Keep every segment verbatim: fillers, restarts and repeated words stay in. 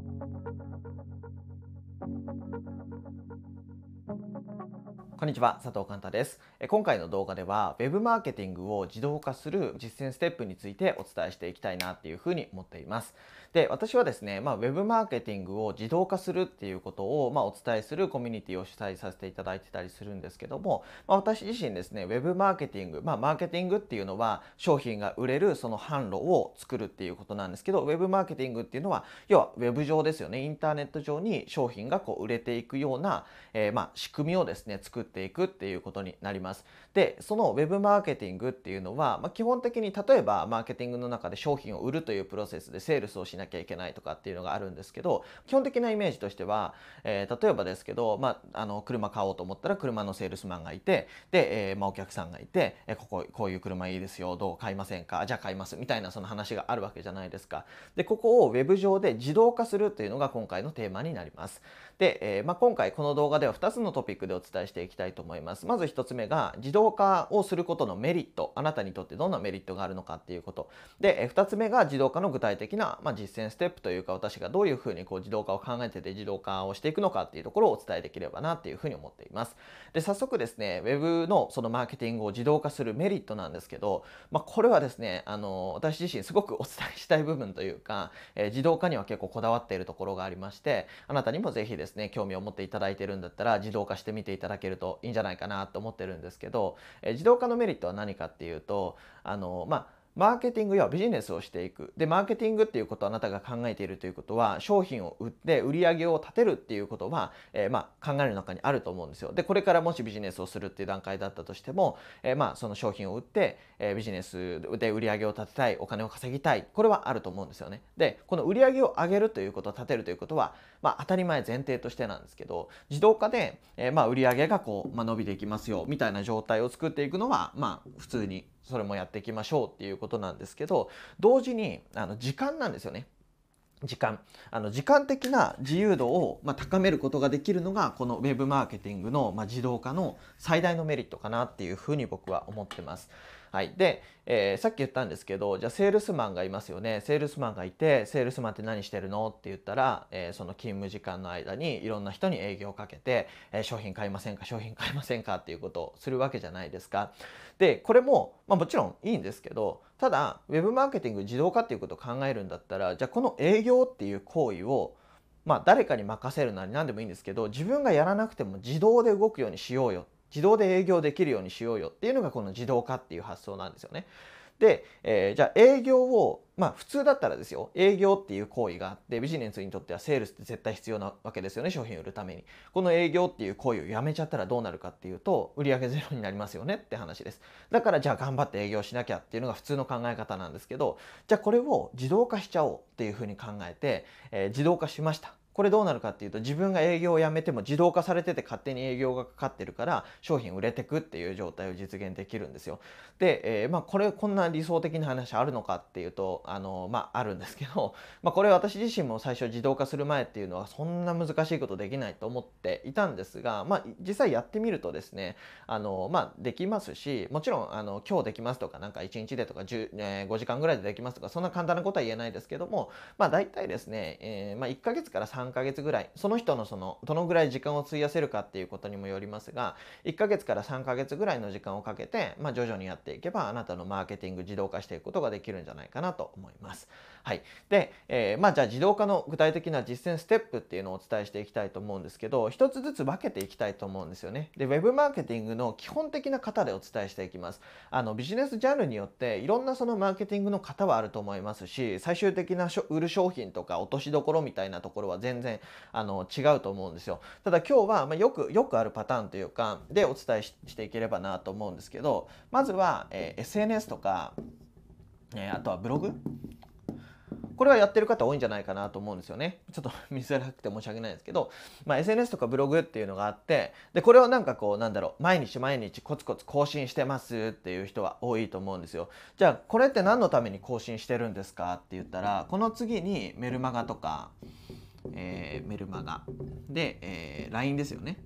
こんにちは、佐藤寛太です。え今回の動画では Web マーケティングを自動化する実践ステップについてお伝えしていきたいなっていうふうに思っています。で、私はですね、まあ、Web マーケティングを自動化するっていうことを、まあ、お伝えするコミュニティを主催させていただいてたりするんですけども、まあ、私自身ですね、Web マーケティング、まあ、マーケティングっていうのは商品が売れるその販路を作るっていうことなんですけど、Web マーケティングっていうのは要は Web 上ですよね、インターネット上に商品がこう売れていくような、えーまあ、仕組みをですね作っていくっていうことになります。で、その Web マーケティングっていうのは、まあ、基本的に例えばマーケティングの中で商品を売るというプロセスでセールスをしなきゃいけないとかっていうのがあるんですけど、基本的なイメージとしては、えー例えばですけど、まあ、あの車買おうと思ったら車のセールスマンがいて、で、えーまあ、お客さんがいて、えーこここういう車いいですよ、どう買いませんか、じゃあ買いますみたいなその話があるわけじゃないですか。で、ここを Web 上で自動化するというのが今回のテーマになります。で、えーまあ、今回この動画ではふたつのトピックでお伝えしていきたいと思います。まずひとつめが自動化をすることのメリット、あなたにとってどんなメリットがあるのかっていうこと。で、えーふたつめが自動化の具体的な、まあ、実践ステップというか、私がどういうふうにこう自動化を考えてて自動化をしていくのかっていうところをお伝えできればなっていうふうに思っています。で、早速ですね、Web のそのマーケティングを自動化するメリットなんですけど、まあ、これはですね、あの私自身すごくお伝えしたい部分というか、えー自動化には結構こだわっているところがありまして、あなたにもぜひですね、興味を持っていただいているんだったら自動化してみていただけるといいんじゃないかなと思ってるんですけど、えー自動化のメリットは何かっていうと、あのまあマーケティングやビジネスをしていく。で、マーケティングっていうことをあなたが考えているということは、商品を売って売り上げを立てるっていうことは、えーまあ考える中にあると思うんですよ。で、これからもしビジネスをするっていう段階だったとしても、えーまあその商品を売って、えービジネスで売り上げを立てたい、お金を稼ぎたい。これはあると思うんですよね。で、この売り上げを上げるということ、立てるということは、まあ当たり前前提としてなんですけど、自動化で、えーまあ売り上げがこう、まあ、伸びていきますよ、みたいな状態を作っていくのは、まあ普通にそれもやっていきましょうっていうことなんですけど、同時にあの時間なんですよね。時間あの時間的な自由度を、まあ、高めることができるのがこのウェブマーケティングの、まあ、自動化の最大のメリットかなっていうふうに僕は思ってます。はい、で、えーさっき言ったんですけど、じゃあセールスマンがいますよね。セールスマンがいて、セールスマンって何してるのって言ったら、えーその勤務時間の間にいろんな人に営業をかけて、えー商品買いませんか、商品買いませんかっていうことをするわけじゃないですか。で、これも、まあ、もちろんいいんですけど、ただウェブマーケティング自動化っていうことを考えるんだったら、じゃあこの営業っていう行為をまあ誰かに任せるなり何でもいいんですけど、自分がやらなくても自動で動くようにしようよ、自動で営業できるようにしようよっていうのがこの自動化っていう発想なんですよね。で、えーじゃあ営業を、まあ普通だったらですよ、営業っていう行為があって、ビジネスにとってはセールスって絶対必要なわけですよね、商品を売るために。この営業っていう行為をやめちゃったらどうなるかっていうと、売上ゼロになりますよねって話です。だからじゃあ頑張って営業しなきゃっていうのが普通の考え方なんですけど、じゃあこれを自動化しちゃおうっていうふうに考えて、えー自動化しました。これどうなるかっていうと、自分が営業をやめても自動化されてて勝手に営業がかかってるから商品売れてくっていう状態を実現できるんですよ。で、えーまあこれこんな理想的な話あるのかっていうと、あのまああるんですけど、まあこれ私自身も最初自動化する前っていうのはそんな難しいことできないと思っていたんですが、まあ実際やってみるとですね、あのまあできますし、もちろんあの今日できますとか、なんかいちにちでとかじゅう、えーごじかんぐらいでできますとか、そんな簡単なことは言えないですけども、まあ大体ですね、えーまあいっかげつからさんかげつぐらい、その人のそのどのぐらい時間を費やせるかっていうことにもよりますが、いっかげつからさんかげつぐらいの時間をかけて、まあ、徐々にやっていけばあなたのマーケティング自動化していくことができるんじゃないかなと思います。はい。で、えーまあじゃあ自動化の具体的な実践ステップっていうのをお伝えしていきたいと思うんですけど、一つずつ分けていきたいと思うんですよね。で、ウェブマーケティングの基本的な型でお伝えしていきます。あのビジネスジャンルによっていろんなそのマーケティングの型はあると思いますし、最終的な売る商品とか落としどころみたいなところは全然あの違うと思うんですよ。ただ今日は、まあ、よくよくあるパターンというかでお伝えししていければなと思うんですけど、まずは、えー エスエヌエス とか、えーあとはブログ、これはやってる方多いんじゃないかなと思うんですよね。ちょっと見づらくて申し訳ないですけど、まあ、エスエヌエス とかブログっていうのがあって、でこれをなんかこうなんだろう、毎日毎日コツコツ更新してますっていう人は多いと思うんですよ。じゃあこれって何のために更新してるんですかって言ったら、この次にメルマガとか、えーメルマガで、えー ライン ですよね。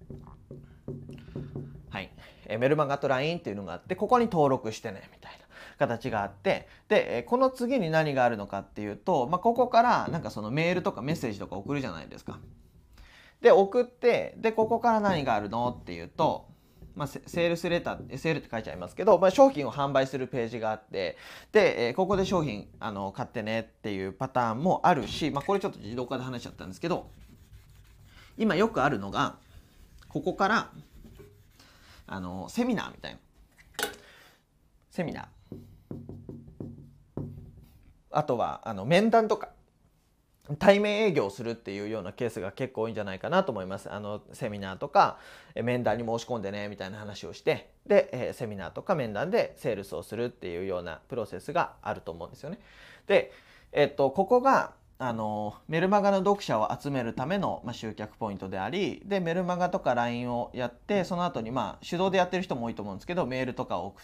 はい、えーメルマガと ライン っていうのがあって、ここに登録してねみたいな形があって、でこの次に何があるのかっていうと、まあ、ここからなんかそのメールとかメッセージとか送るじゃないですか。で送って、でここから何があるのっていうと、まあ、セールスレター エスエル って書いちゃいますけど、まあ、商品を販売するページがあって、で、えーここで商品あの買ってねっていうパターンもあるし、まあ、これちょっと自動化で話しちゃったんですけど、今よくあるのがここからあのセミナーみたいなセミナー、あとはあの面談とか対面営業をするっていうようなケースが結構多いんじゃないかなと思います。あのセミナーとか面談に申し込んでねみたいな話をして、で、えーセミナーとか面談でセールスをするっていうようなプロセスがあると思うんですよね。で、えっとここがあのメルマガの読者を集めるための、まあ、集客ポイントであり、でメルマガとか ライン をやって、その後にまあ手動でやってる人も多いと思うんですけど、メールとかを送って、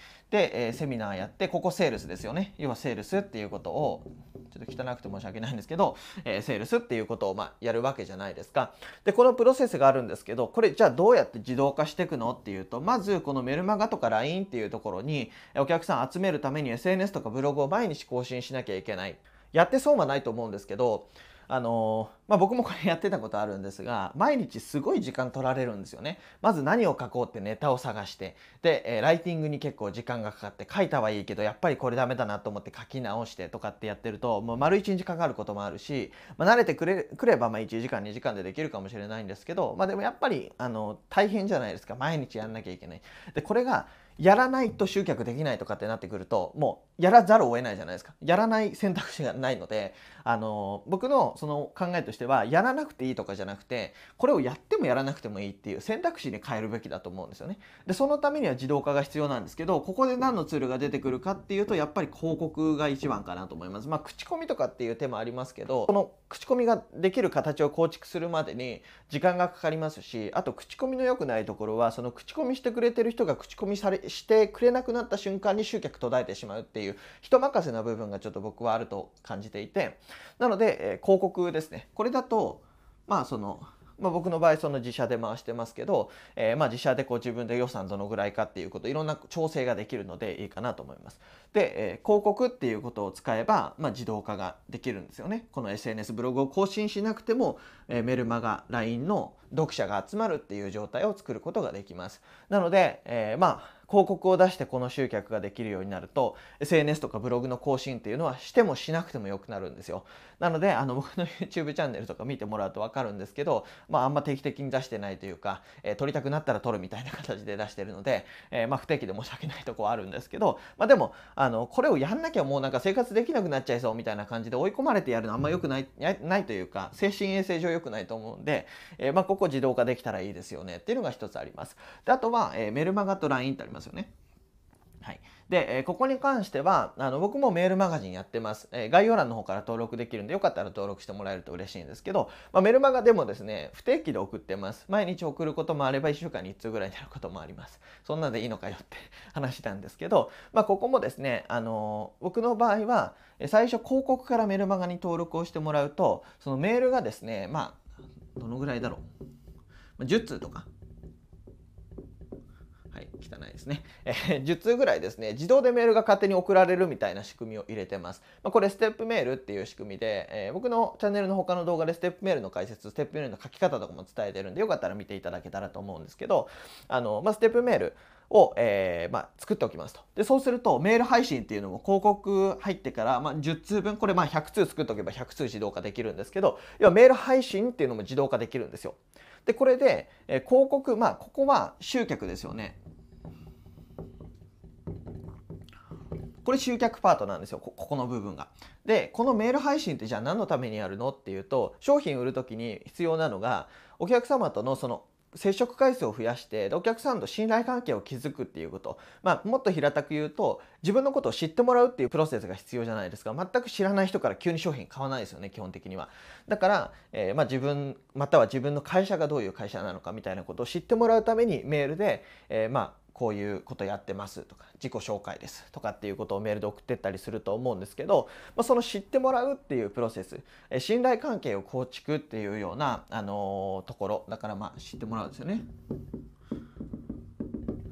で、えーセミナーやって、ここセールスですよね。要はセールスっていうことを、ちょっと汚くて申し訳ないんですけど、えーセールスっていうことをまあやるわけじゃないですか。でこのプロセスがあるんですけど、これじゃあどうやって自動化していくのっていうと、まずこのメルマガとか ライン っていうところにお客さん集めるために エスエヌエス とかブログを毎日更新しなきゃいけない。やって損はないと思うんですけど、あのまあ、僕もこれやってたことあるんですが、毎日すごい時間取られるんですよね。まず何を書こうってネタを探して、で、えーライティングに結構時間がかかって、書いたはいいけどやっぱりこれダメだなと思って書き直してとかってやってると、もう丸いちにちかかることもあるし、まあ、慣れてくれくればまあいちじかんにじかんでできるかもしれないんですけど、まあ、でもやっぱりあの大変じゃないですか。毎日やんなきゃいけない。でこれがやらないと集客できないとかってなってくると、もうやらざるを得ないじゃないですか。やらない選択肢がないので、あの僕のその考えとしては、やらなくていいとかじゃなくて、これをやってもやらなくてもいいっていう選択肢に変えるべきだと思うんですよね。でそのためには自動化が必要なんですけど、ここで何のツールが出てくるかっていうと、やっぱり広告が一番かなと思います。まあ口コミとかっていう手もありますけど、この口コミができる形を構築するまでに時間がかかりますし、あと口コミの良くないところは、その口コミしてくれてる人が口コミされしてくれなくなった瞬間に集客途絶えてしまうっていう人任せな部分がちょっと僕はあると感じていて、なので、えー広告ですね。これだとまあそのまあ、僕の場合その自社で回してますけど、えーまあ自社でこう自分で予算どのぐらいかっていうこと、いろんな調整ができるのでいいかなと思います。で、えー広告っていうことを使えば、まあ、自動化ができるんですよね。この エスエヌエス ブログを更新しなくても、えーメルマガ ライン の読者が集まるっていう状態を作ることができます。なので、えーまあ広告を出してこの集客ができるようになると、 エスエヌエス とかブログの更新っていうのはしてもしなくてもよくなるんですよ。なのであの僕の YouTube チャンネルとか見てもらうと分かるんですけど、まあ、あんま定期的に出してないというか、えー撮りたくなったら撮るみたいな形で出してるので、えーまあ不定期で申し訳ないとこはあるんですけど、まあ、でもあのこれをやんなきゃもうなんか生活できなくなっちゃいそうみたいな感じで追い込まれてやるのあんま良くないないというか、精神衛生上良くないと思うんで、えーまあここ自動化できたらいいですよねっていうのが一つあります。であとは、えーメルマガと ライン ってありますよね。はい、で、えーここに関してはあの僕もメールマガジンやってます、えー概要欄の方から登録できるんで、よかったら登録してもらえると嬉しいんですけど、まあ、メルマガでもですね不定期で送ってます。毎日送ることもあればいっしゅうかんにいっつうぐらいになることもあります。そんなんでいいのかよって話なんですけど、まあ、ここもですね、あのー僕の場合は最初広告からメルマガに登録をしてもらうと、そのメールがですね、まあどのぐらいだろう、じゅっつうとか、はい、汚いですね、えー、じゅっつうぐらいですね、自動でメールが勝手に送られるみたいな仕組みを入れてます。まあ、これステップメールっていう仕組みで、えー僕のチャンネルの他の動画でステップメールの解説、ステップメールの書き方とかも伝えてるんで、よかったら見ていただけたらと思うんですけど、あの、まあ、ステップメールを、えーまあ、作っておきますと。でそうするとメール配信っていうのも広告入ってから、まあ、じゅっつうぶん、これまあひゃくつう作っておけばひゃくつう自動化できるんですけど、要はメール配信っていうのも自動化できるんですよ。でこれで、えー広告、まあここは集客ですよね。これ集客パートなんですよ、ここの部分が。でこのメール配信ってじゃあ何のためにやるのっていうと、商品売る時に必要なのがお客様とのその接触回数を増やして、お客さんと信頼関係を築くっていうこと、まあ、もっと平たく言うと自分のことを知ってもらうっていうプロセスが必要じゃないですか。全く知らない人から急に商品買わないですよね、基本的には。だから、えーまあ、自分または自分の会社がどういう会社なのかみたいなことを知ってもらうためにメールで、えー、まあこういうことやってますとか、自己紹介ですとかっていうことをメールで送ってったりすると思うんですけど、まあ、その知ってもらうっていうプロセス、え信頼関係を構築っていうような、あのーところだから、まあ知ってもらうんですよね。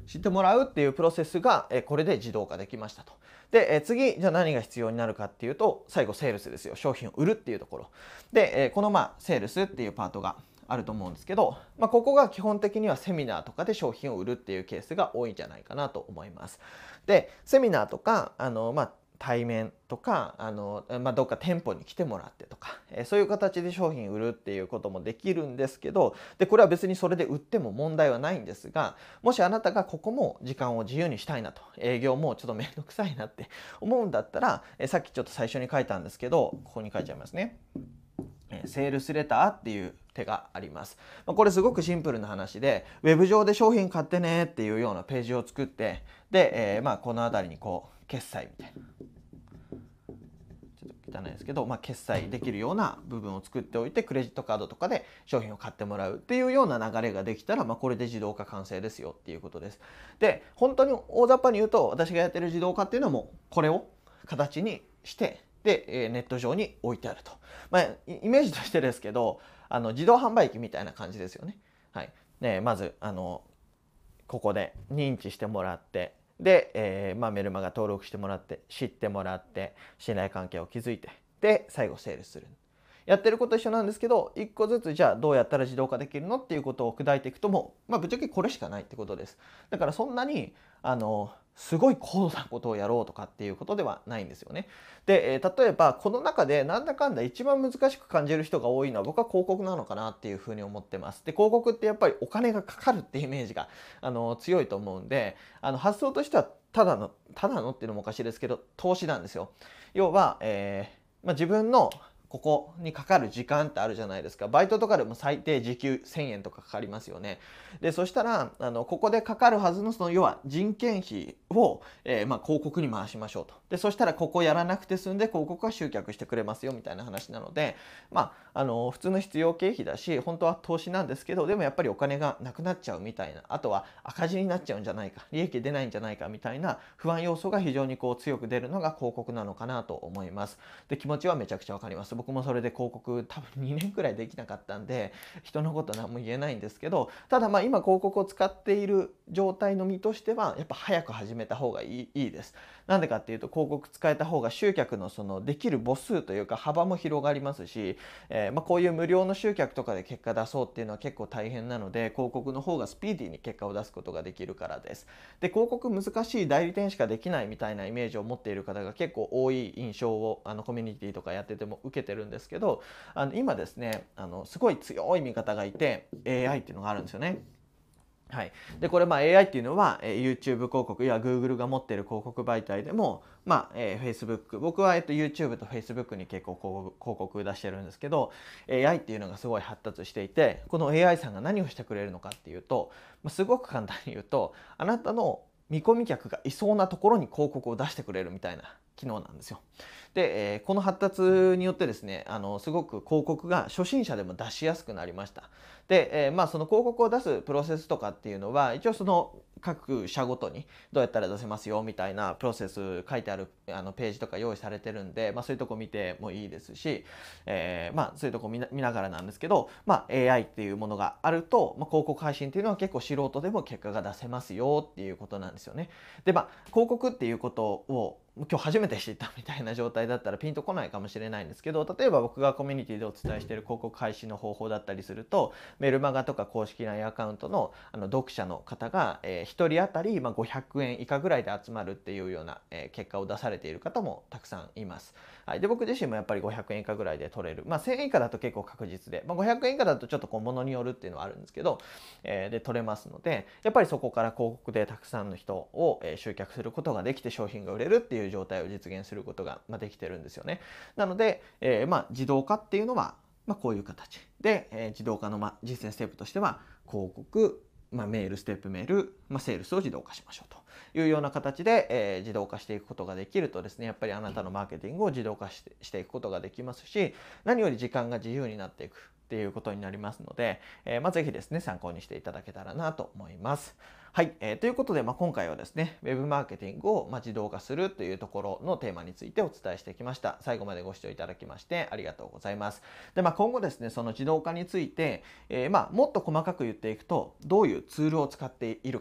してもらうっていうプロセスが、えこれで自動化できましたと。で、え次、じゃあ何が必要になるかっていうと、最後セールスですよ。商品を売るっていうところ。で、えこのまあ、セールスっていうパートがあると思うんですけど、まあ、ここが基本的にはセミナーとかで商品を売るっていうケースが多いんじゃないかなと思います。で、セミナーとか、あの、まあ、対面とか、あの、まあ、どっか店舗に来てもらってとか、えーそういう形で商品売るっていうこともできるんですけど、で、これは別にそれで売っても問題はないんですが、もしあなたがここも時間を自由にしたいなと、営業もちょっとめんどくさいなって思うんだったら、えーさっきちょっと最初に書いたんですけど、ここに書いちゃいますね。セールスレターっていう手があります。これすごくシンプルな話で、ウェブ上で商品買ってねっていうようなページを作って、で、えー、まあこの辺りにこう決済みたいな。ちょっと汚いですけど、まあ、決済できるような部分を作っておいて、クレジットカードとかで商品を買ってもらうっていうような流れができたら、まあ、これで自動化完成ですよっていうことです。で、本当に大雑把に言うと、私がやってる自動化っていうのもこれを形にしてでネット上に置いてあると、まあ、イメージとしてですけど、あの自動販売機みたいな感じですよね。はい、でまずあのここで認知してもらって、で、えーまあ、メルマガ登録してもらって、知ってもらって、信頼関係を築いて、で最後セールする。やってること一緒なんですけど、一個ずつじゃあどうやったら自動化できるのっていうことを砕いていくと、もう、まあ、ぶっちゃけこれしかないってことです。だからそんなにあのすごい高度なことをやろうとかっていうことではないんですよね。で、えー、例えばこの中でなんだかんだ一番難しく感じる人が多いのは、僕は広告なのかなっていうふうに思ってます。で、広告ってやっぱりお金がかかるっていうイメージがあの強いと思うんで、あの発想としてはただのただのっていうのもおかしいですけど、投資なんですよ。要は、えーまあ、自分のここにかかる時間ってあるじゃないですか。バイトとかでも最低時給せんえんとかかかりますよね。で、そしたら、あの、ここでかかるはずの、その、要は人件費を、えー、まあ、広告に回しましょうと。で、そしたらここやらなくて済んで、広告は集客してくれますよ、みたいな話なので、まあ、あの、普通の必要経費だし、本当は投資なんですけど、でもやっぱりお金がなくなっちゃうみたいな、あとは赤字になっちゃうんじゃないか、利益出ないんじゃないかみたいな不安要素が非常にこう強く出るのが広告なのかなと思います。で、気持ちはめちゃくちゃわかります。僕もそれで広告多分にねんくらいできなかったんで、人のこと何も言えないんですけど、ただまあ今広告を使っている状態の身としては、やっぱ早く始めた方がいい、いいです。なんでかっていうと、広告使えた方が集客のそのできる母数というか幅も広がりますし、えー、まあこういう無料の集客とかで結果出そうっていうのは結構大変なので、広告の方がスピーディーに結果を出すことができるからです。で、広告難しい代理店しかできないみたいなイメージを持っている方が結構多い印象をあのコミュニティとかやってても受けてるんですけど、あの今ですね、あのすごい強い味方がいて エーアイ っていうのがあるんですよね。はい、でこれまあ エーアイ っていうのは、えー、YouTube 広告や Google が持っている広告媒体でも、まあえー、Facebook、僕は、えっと、YouTube と Facebook に結構広告出してるんですけど、 エーアイ っていうのがすごい発達していて、この エーアイ さんが何をしてくれるのかっていうと、まあ、すごく簡単に言うと、あなたの見込み客がいそうなところに広告を出してくれるみたいな機能なんですよ。で、えー、この発達によってですね、あのすごく広告が初心者でも出しやすくなりました。で、えー、まあその広告を出すプロセスとかっていうのは、一応その各社ごとにどうやったら出せますよみたいなプロセス書いてあるあのページとか用意されてるんで、まあ、そういうとこ見てもいいですし、えー、まあそういうとこ見な、見ながらなんですけど、まあ、エーアイ っていうものがあると、まあ、広告配信っていうのは結構素人でも結果が出せますよっていうことなんですよね。で、まあ広告っていうことを今日初めて知ったみたいな状態だったらピンとこないかもしれないんですけど、例えば僕がコミュニティでお伝えしている広告配信の方法だったりすると、メルマガとか公式 ライン アカウントのあの読者の方が、えー、ひとり当たりまあごひゃくえん以下ぐらいで集まるっていうような、えー、結果を出されている方もたくさんいます。はい、で僕自身もやっぱりごひゃくえん以下ぐらいで取れる、まあ、せんえん以下だと結構確実で、まあ、ごひゃくえん以下だとちょっとこう物によるっていうのはあるんですけど、えー、で取れますので、やっぱりそこから広告でたくさんの人を、えー、集客することができて商品が売れるっていう状態を実現することができてるんですよね。なので、えー、まあ自動化っていうのは、まあ、こういう形で、えー、自動化の、まあ、実践ステップとしては、広告、まあ、メール、ステップメール、まあ、セールスを自動化しましょうというような形で、えー、自動化していくことができるとですね、やっぱりあなたのマーケティングを自動化して、していくことができますし、何より時間が自由になっていくっていうことになりますので、えーまあ、ぜひですね、参考にしていただけたらなと思います。はい、えー、ということで、まあ、今回はですね、ウェブマーケティングをまあ自動化するというところのテーマについてお伝えしてきました。最後までご視聴いただきましてありがとうございます。で、まあ、今後ですね、その自動化について、えー、まあもっと細かく言っていくと、どういうツールを使っているか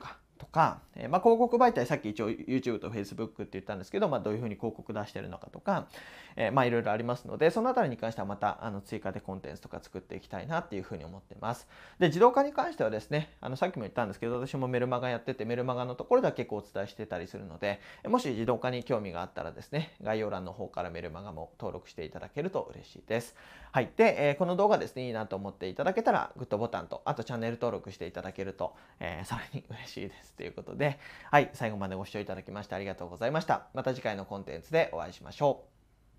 とか、えーまあ、広告媒体、さっき一応 YouTube と Facebook って言ったんですけど、まあ、どういうふうに広告出してるのかとか、えー、まあいろいろありますので、そのあたりに関してはまたあの追加でコンテンツとか作っていきたいなっていうふうに思ってます。で、自動化に関してはですね、あのさっきも言ったんですけど、私もメルマガやってて、メルマガのところでは結構お伝えしてたりするので、もし自動化に興味があったらですね、概要欄の方からメルマガも登録していただけると嬉しいです。はい。で、えー、この動画ですね、いいなと思っていただけたら、グッドボタンと、あとチャンネル登録していただけると、えー、さらに嬉しいです。ということで、はい。最後までご視聴いただきましてありがとうございました。また次回のコンテンツでお会いしましょう。